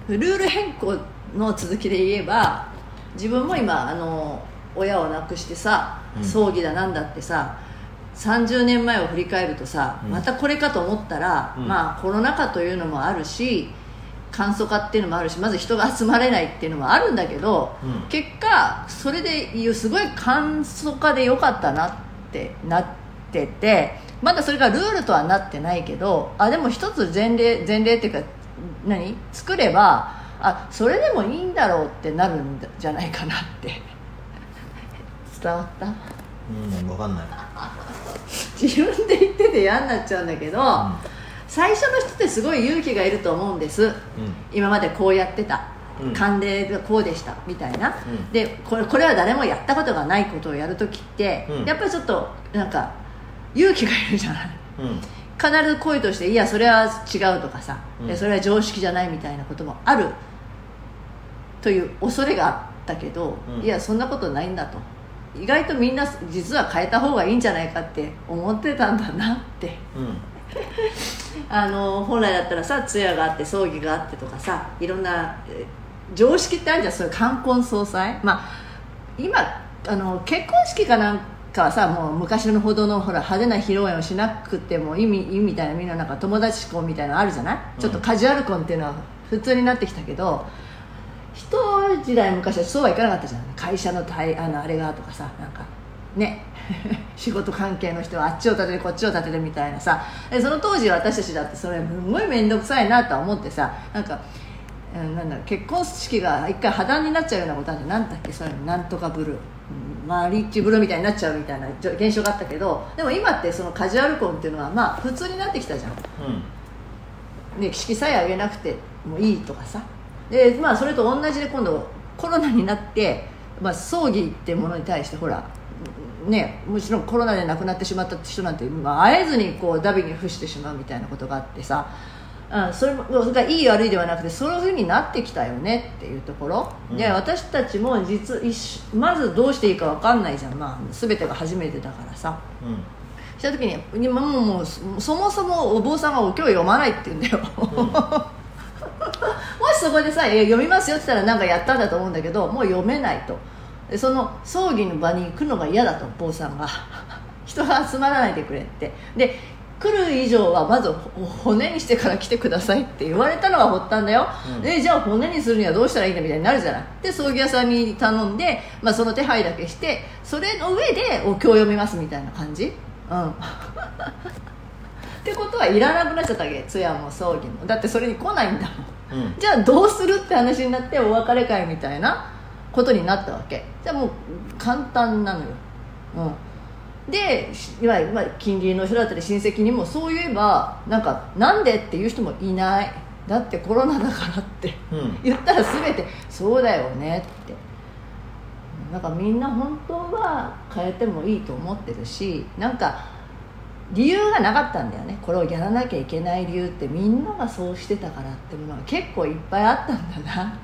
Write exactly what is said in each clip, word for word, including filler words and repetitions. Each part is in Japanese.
ルール変更の続きで言えば、自分も今あの親を亡くしてさ、うん、葬儀だなんだってささんじゅうねんまえを振り返るとさ、うん、またこれかと思ったら、うん、まあコロナ禍というのもあるし簡素化っていうのもあるし、まず人が集まれないっていうのもあるんだけど、うん、結果それですごい簡素化でよかったなってなってて、まだそれがルールとはなってないけど、あでも一つ前例前例っていうか何作れば、あそれでもいいんだろうってなるんじゃないかなって伝わった？ うん分かんない自分で言ってて嫌になっちゃうんだけど、うん、最初の人ってすごい勇気がいると思うんです、うん、今までこうやってた、うん、慣例がこうでしたみたいな、うん、でこれ、これは誰もやったことがないことをやるときって、うん、やっぱりちょっとなんか勇気がいるじゃない、うん、必ず声としていやそれは違うとかさ、うん、それは常識じゃないみたいなこともあるという恐れがあったけど、うん、いやそんなことないんだと、意外とみんな実は変えた方がいいんじゃないかって思ってたんだなって、うん、あの本来だったらさ通夜があって葬儀があってとかさ、いろんな常識ってあるじゃん、そういう冠婚葬祭、まあ今あの結婚式かなんかはさもう昔のほどのほら派手な披露宴をしなくてもいいみたいな、みんななんか友達婚みたいなのあるじゃない、うん、ちょっとカジュアル婚っていうのは普通になってきたけど、一時代昔はそうはいかなかったじゃん、会社の対あのあれがとかさ、なんかね仕事関係の人はあっちを立ててこっちを立ててみたいなさ、でその当時私たちだってそれすごい面倒くさいなとは思ってさ、なんかなんだろう、結婚式が一回破談になっちゃうようなことあるんで、なんだっけそれなんとかブルー、マリッジブルーみたいになっちゃうみたいな現象があったけど、でも今ってそのカジュアル婚っていうのはまあ普通になってきたじゃん、うん、で式さえ挙げなくてもいいとかさ、で、まあ、それと同じで今度コロナになって、まあ、葬儀っていうものに対してほらね、もちろんコロナで亡くなってしまった人なんて、まあ、会えずにこうダビに付してしまうみたいなことがあってさ、うん、それがいい悪いではなくてそういう風になってきたよねっていうところ、うん、で私たちも実まずどうしていいか分かんないじゃん、まあ、全てが初めてだからさ、うん、した時にもうもうそもそもお坊さんがお経を読まないって言うんだよ、うんもしそこでさ読みますよって言ったらなんかやったんだと思うんだけど、もう読めないと、でその葬儀の場に来るのが嫌だと坊さんが人が集まらないでくれって、で来る以上はまず骨にしてから来てくださいって言われたのが発端だよ、うん、でじゃあ骨にするにはどうしたらいいんだみたいになるじゃない、で葬儀屋さんに頼んで、まあ、その手配だけしてそれの上でお経を読みますみたいな感じ、うんってことはいらなくなっちゃったわけ、通夜も葬儀も、だってそれに来ないんだもん、うん、じゃあどうするって話になってお別れ会みたいなことになったわけ、じゃあもう簡単なのよ、うん、でいわゆる近隣の人だったり親戚にもそう言えばなんかなんでっていう人もいない、だってコロナだからって、うん、言ったら全てそうだよねって、なんかみんな本当は変えてもいいと思ってるし、なんか理由がなかったんだよね、これをやらなきゃいけない理由って、みんながそうしてたからっていうのが結構いっぱいあったんだなと思って、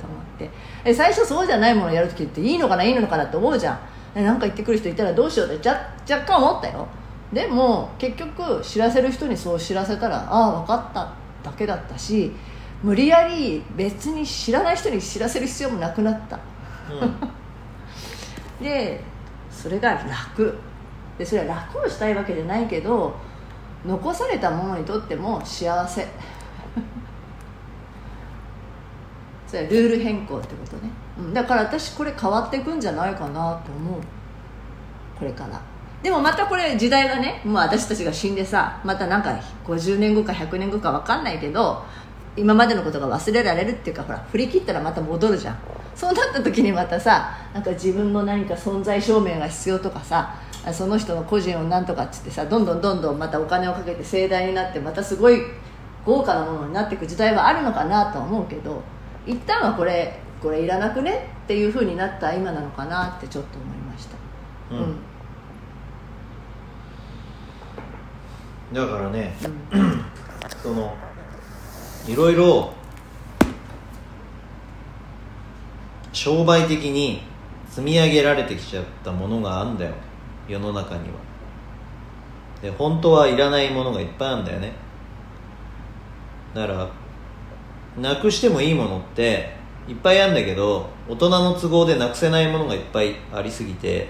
え最初そうじゃないものをやるときっていいのかないいのかなって思うじゃん、えなんか言ってくる人いたらどうしようってじゃ若干思ったよ、でも結局知らせる人にそう知らせたらああ分かっただけだったし、無理やり別に知らない人に知らせる必要もなくなった、うん、でそれが楽で、それは楽をしたいわけじゃないけど残されたものにとっても幸せそれはルール変更ってことね、うん、だから私これ変わっていくんじゃないかなと思う、これから。でもまたこれ時代がね、もう私たちが死んでさ、またなんかごじゅうねんごかひゃくねんごか分かんないけど今までのことが忘れられるっていうか、ほら振り切ったらまた戻るじゃん、そうなった時にまたさ、なんか自分の何か存在証明が必要とかさ、その人の個人をなんとかっつってさ、どんどんどんどんまたお金をかけて盛大になってまたすごい豪華なものになっていく時代はあるのかなとは思うけど、一旦はこれこれいらなくねっていう風になった今なのかなってちょっと思いました、うん、 だからね、うん、そのいろいろ商売的に積み上げられてきちゃったものがあるんだよ世の中には。で本当はいらないものがいっぱいあるんだよね。だからなくしてもいいものっていっぱいあるんだけど、大人の都合でなくせないものがいっぱいありすぎて、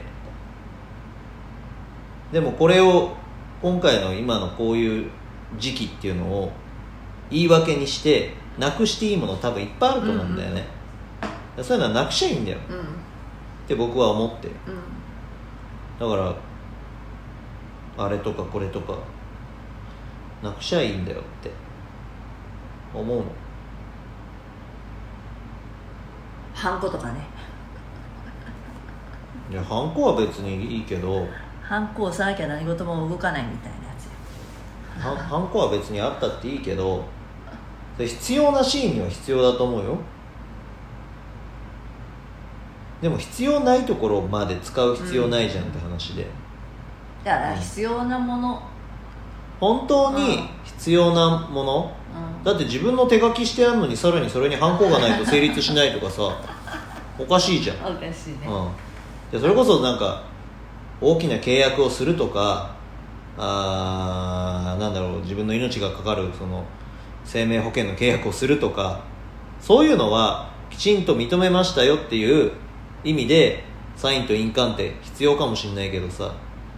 でもこれを今回の今のこういう時期っていうのを言い訳にしてなくしていいもの多分いっぱいあると思うんだよね、うんうん、そういうのはなくしゃいいんだよ、うん、って僕は思ってる、うん、だからあれとかこれとかなくしゃいいんだよって思うの。 ハンコとかね。 いやハンコは別にいいけど、 ハンコをさなきゃ何事も動かないみたいなやつや。ハンコは別にあったっていいけど、必要なシーンには必要だと思うよ。でも必要ないところまで使う必要ないじゃんって話で、うん、 だから必要なもの、 本当に必要なもの、うん、だって自分の手書きしてあるのにさらにそれにハンコがないと成立しないとかさおかしいじゃん。 おかしいね、 うん、でそれこそなんか大きな契約をするとか、あーなんだろう自分の命がかかるその生命保険の契約をするとか、そういうのはきちんと認めましたよっていう意味でサインと印鑑って必要かもしれないけどさ、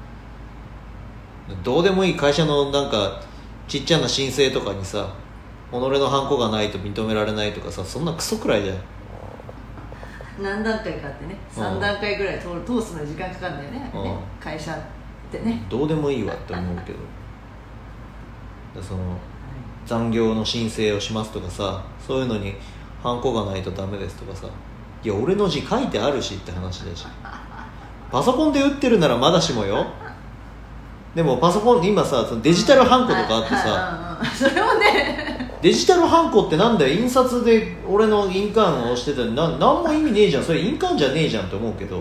どうでもいい会社のなんかちっちゃな申請とかにさ己のハンコがないと認められないとかさ、そんなクソくらいじゃん。 何段階かあってね、さん段階ぐらい通る通すのに時間かかるんだよね、うん、ね会社ってね。 どうでもいいわって思うけどその残業の申請をしますとかさ、そういうのにハンコがないとダメですとかさ、いや俺の字書いてあるしって話だし、パソコンで打ってるならまだしもよ。でもパソコン今さそのデジタルハンコとかあってさ、 うん、それもねデジタルハンコってなんだよ、印刷で俺の印鑑を押してたらな何も意味ねえじゃん、それ印鑑じゃねえじゃんって思うけど、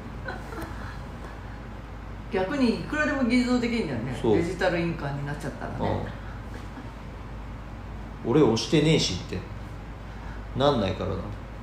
逆にいくらでも偽造できるんだよね、デジタル印鑑になっちゃったらね、 うん、俺押してねえしってなんないからな。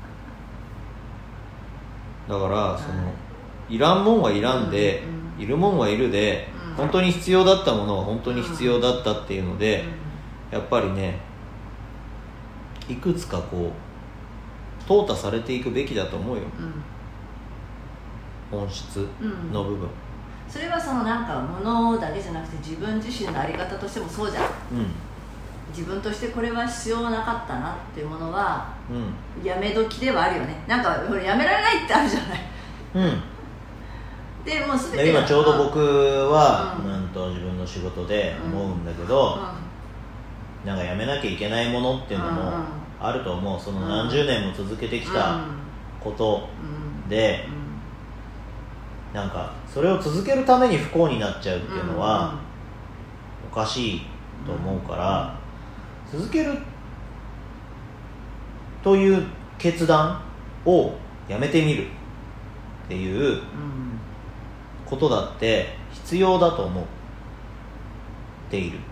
だからその、はい、いらんもんはいらんで、うんうん、いるもんはいるで、うん、本当に必要だったものは本当に必要だったっていうので、うん、やっぱりねいくつかこう淘汰されていくべきだと思うよ、うん、本質の部分、うん、 それはそのなんか物だけじゃなくて自分自身の在り方としてもそうじゃん、うん、自分としてこれは必要なかったなっていうものは、うん、やめ時ではあるよね。なんかやめられないってあるじゃない、うんでもう全て今ちょうど僕は、うん、なんと自分の仕事で思うんだけど、うんうん、なんかやめなきゃいけないものっていうのもあると思う。その何十年も続けてきたことで、うんうん、なんかそれを続けるために不幸になっちゃうっていうのはおかしいと思うから、続けるという決断をやめてみるっていうことだって必要だと思っている、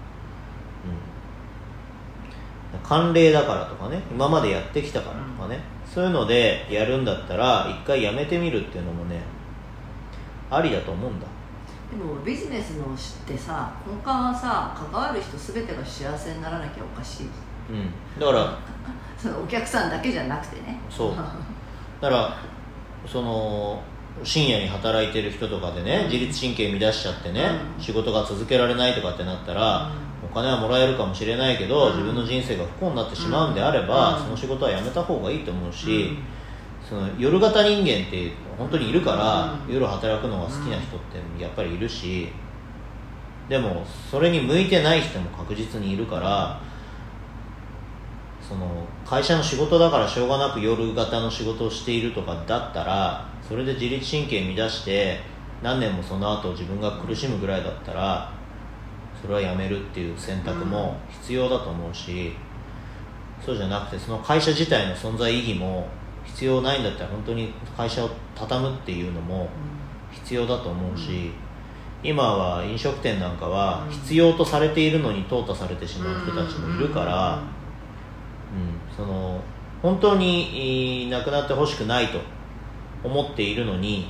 うん、慣例だからとかね、今までやってきたからとかね、うん、そういうのでやるんだったら一回やめてみるっていうのもねありだと思うんだ。 でもビジネスのってさ、根幹はさ、関わる人全てが幸せにならなきゃおかしい、 うん、だからそのお客さんだけじゃなくてね。そうだからその深夜に働いてる人とかでね、自律神経乱しちゃってね、うん、仕事が続けられないとかってなったら、うん、お金はもらえるかもしれないけど、うん、自分の人生が不幸になってしまうんであれば、うん、その仕事はやめた方がいいと思うし、うん、その夜型人間って本当にいるから、うん、夜働くのが好きな人ってやっぱりいるし、でもそれに向いてない人も確実にいるから、その会社の仕事だからしょうがなく夜型の仕事をしているとかだったら、それで自律神経乱して何年もその後自分が苦しむぐらいだったら、それはやめるっていう選択も必要だと思うし、そうじゃなくてその会社自体の存在意義も必要ないんだったら本当に会社を畳むっていうのも必要だと思うし、今は飲食店なんかは必要とされているのに淘汰されてしまう人たちもいるから、うん、その本当になくなってほしくないと思っているのに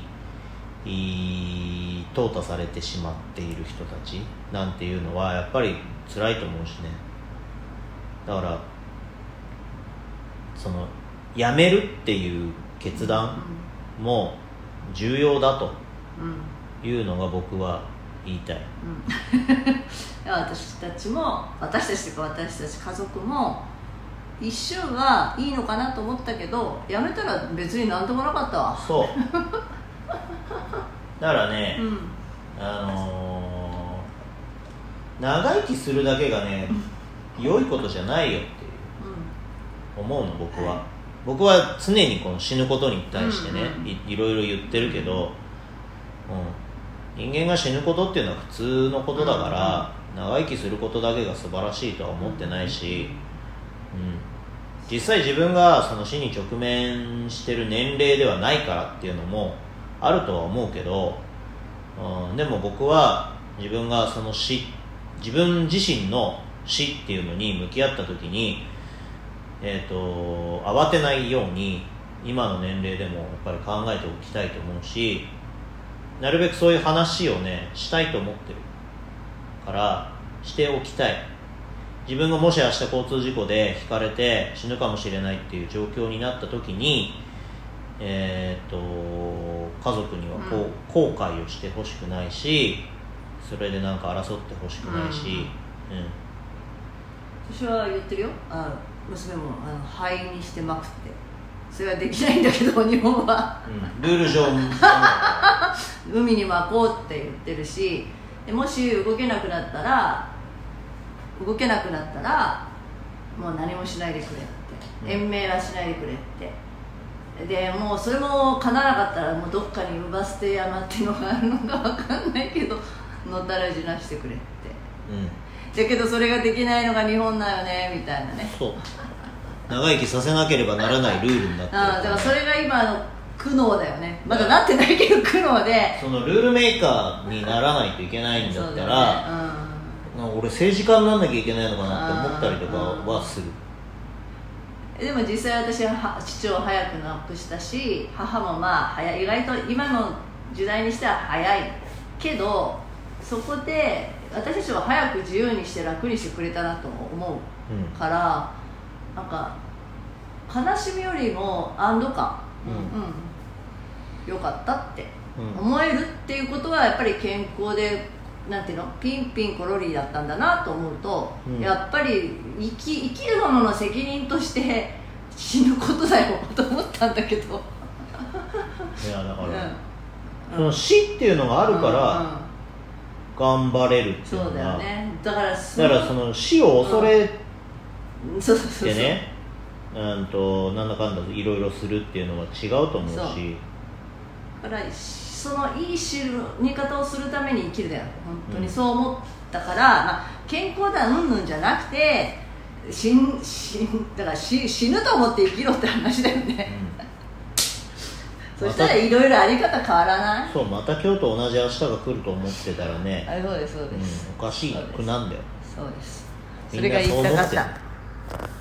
淘汰されてしまっている人たちなんていうのはやっぱり辛いと思うしね。だからそのやめるっていう決断も重要だというのが僕は言いたい、 うん、私たちも私たちというか私たち家族も一瞬はいいのかなと思ったけどやめたら別になんともなかったわ。 そうだからね、 うん、 あのー、長生きするだけがね良いことじゃないよっていう、うん、思うの僕は、はい、僕は常にこの死ぬことに対してね、うんうん、い, いろいろ言ってるけど、うん、人間が死ぬことっていうのは普通のことだから、うんうん、長生きすることだけが素晴らしいとは思ってないし、うん、実際自分がその死に直面してる年齢ではないからっていうのもあるとは思うけど、うん、でも僕は自分がその死自分自身の死っていうのに向き合った時に、えーと、慌てないように今の年齢でもやっぱり考えておきたいと思うし、なるべくそういう話をねしたいと思ってるからしておきたい。自分がもし明日交通事故でひかれて死ぬかもしれないっていう状況になった時に、えー、と家族にはこう後悔をしてほしくないし、それでなんか争ってほしくないし、うんうん、 私は言ってるよ。あ娘もあの灰にしてまくって、それはできないんだけど日本は、 うん、ルール上海にまこうって言ってるし、でもし動けなくなったら動けなくなったらもう何もしないでくれって、うん、延命はしないでくれって、でもうそれも叶わなかったらもうどっかに産ばせて山っていうのがあるのか分かんないけどのたらじなしてくれって、うん、だけどそれができないのが日本だよねみたいなね。 そう長生きさせなければならないルールになってる、ね、 あだからそれが今の苦悩だよね。まだなってないけど苦悩で、 そのルールメーカーにならないといけないんだったら、ね、うん、俺政治家にならなきゃいけないのかなって思ったりとかはする。 でも実際私は父を早く亡くしたし、母もまあ早い、意外と今の時代にしては早いけど、そこで私たちは早く自由にして楽にしてくれたなと思うから、うん、なんか悲しみよりも安堵感、うんうん、よかったって思えるっていうことはやっぱり健康でなんていうのピンピンコロリだったんだなと思うと、うん、やっぱり生き、生きる者の責任として死ぬことだよと思ったんだけどいやだから、うん、その死っていうのがあるから頑張れるっていうのが、そうだよね。だからその、だからその死を恐れてね、うんとなんだかんだいろいろするっていうのは違うと思うし、そうだからそのいい死に方をするために生きるだよ。本当にそう思ったから、うん、まあ、健康だうんぬんじゃなくて死ん死んだから 死, 死ぬと思って生きろって話だよね、うん、そしたらいろいろあり方変わらない。 そう、また今日と同じ明日が来ると思ってたらね、 あ、そうですそうです、 うん、おかしいくなんだよ。 そうです、それが言いたかった。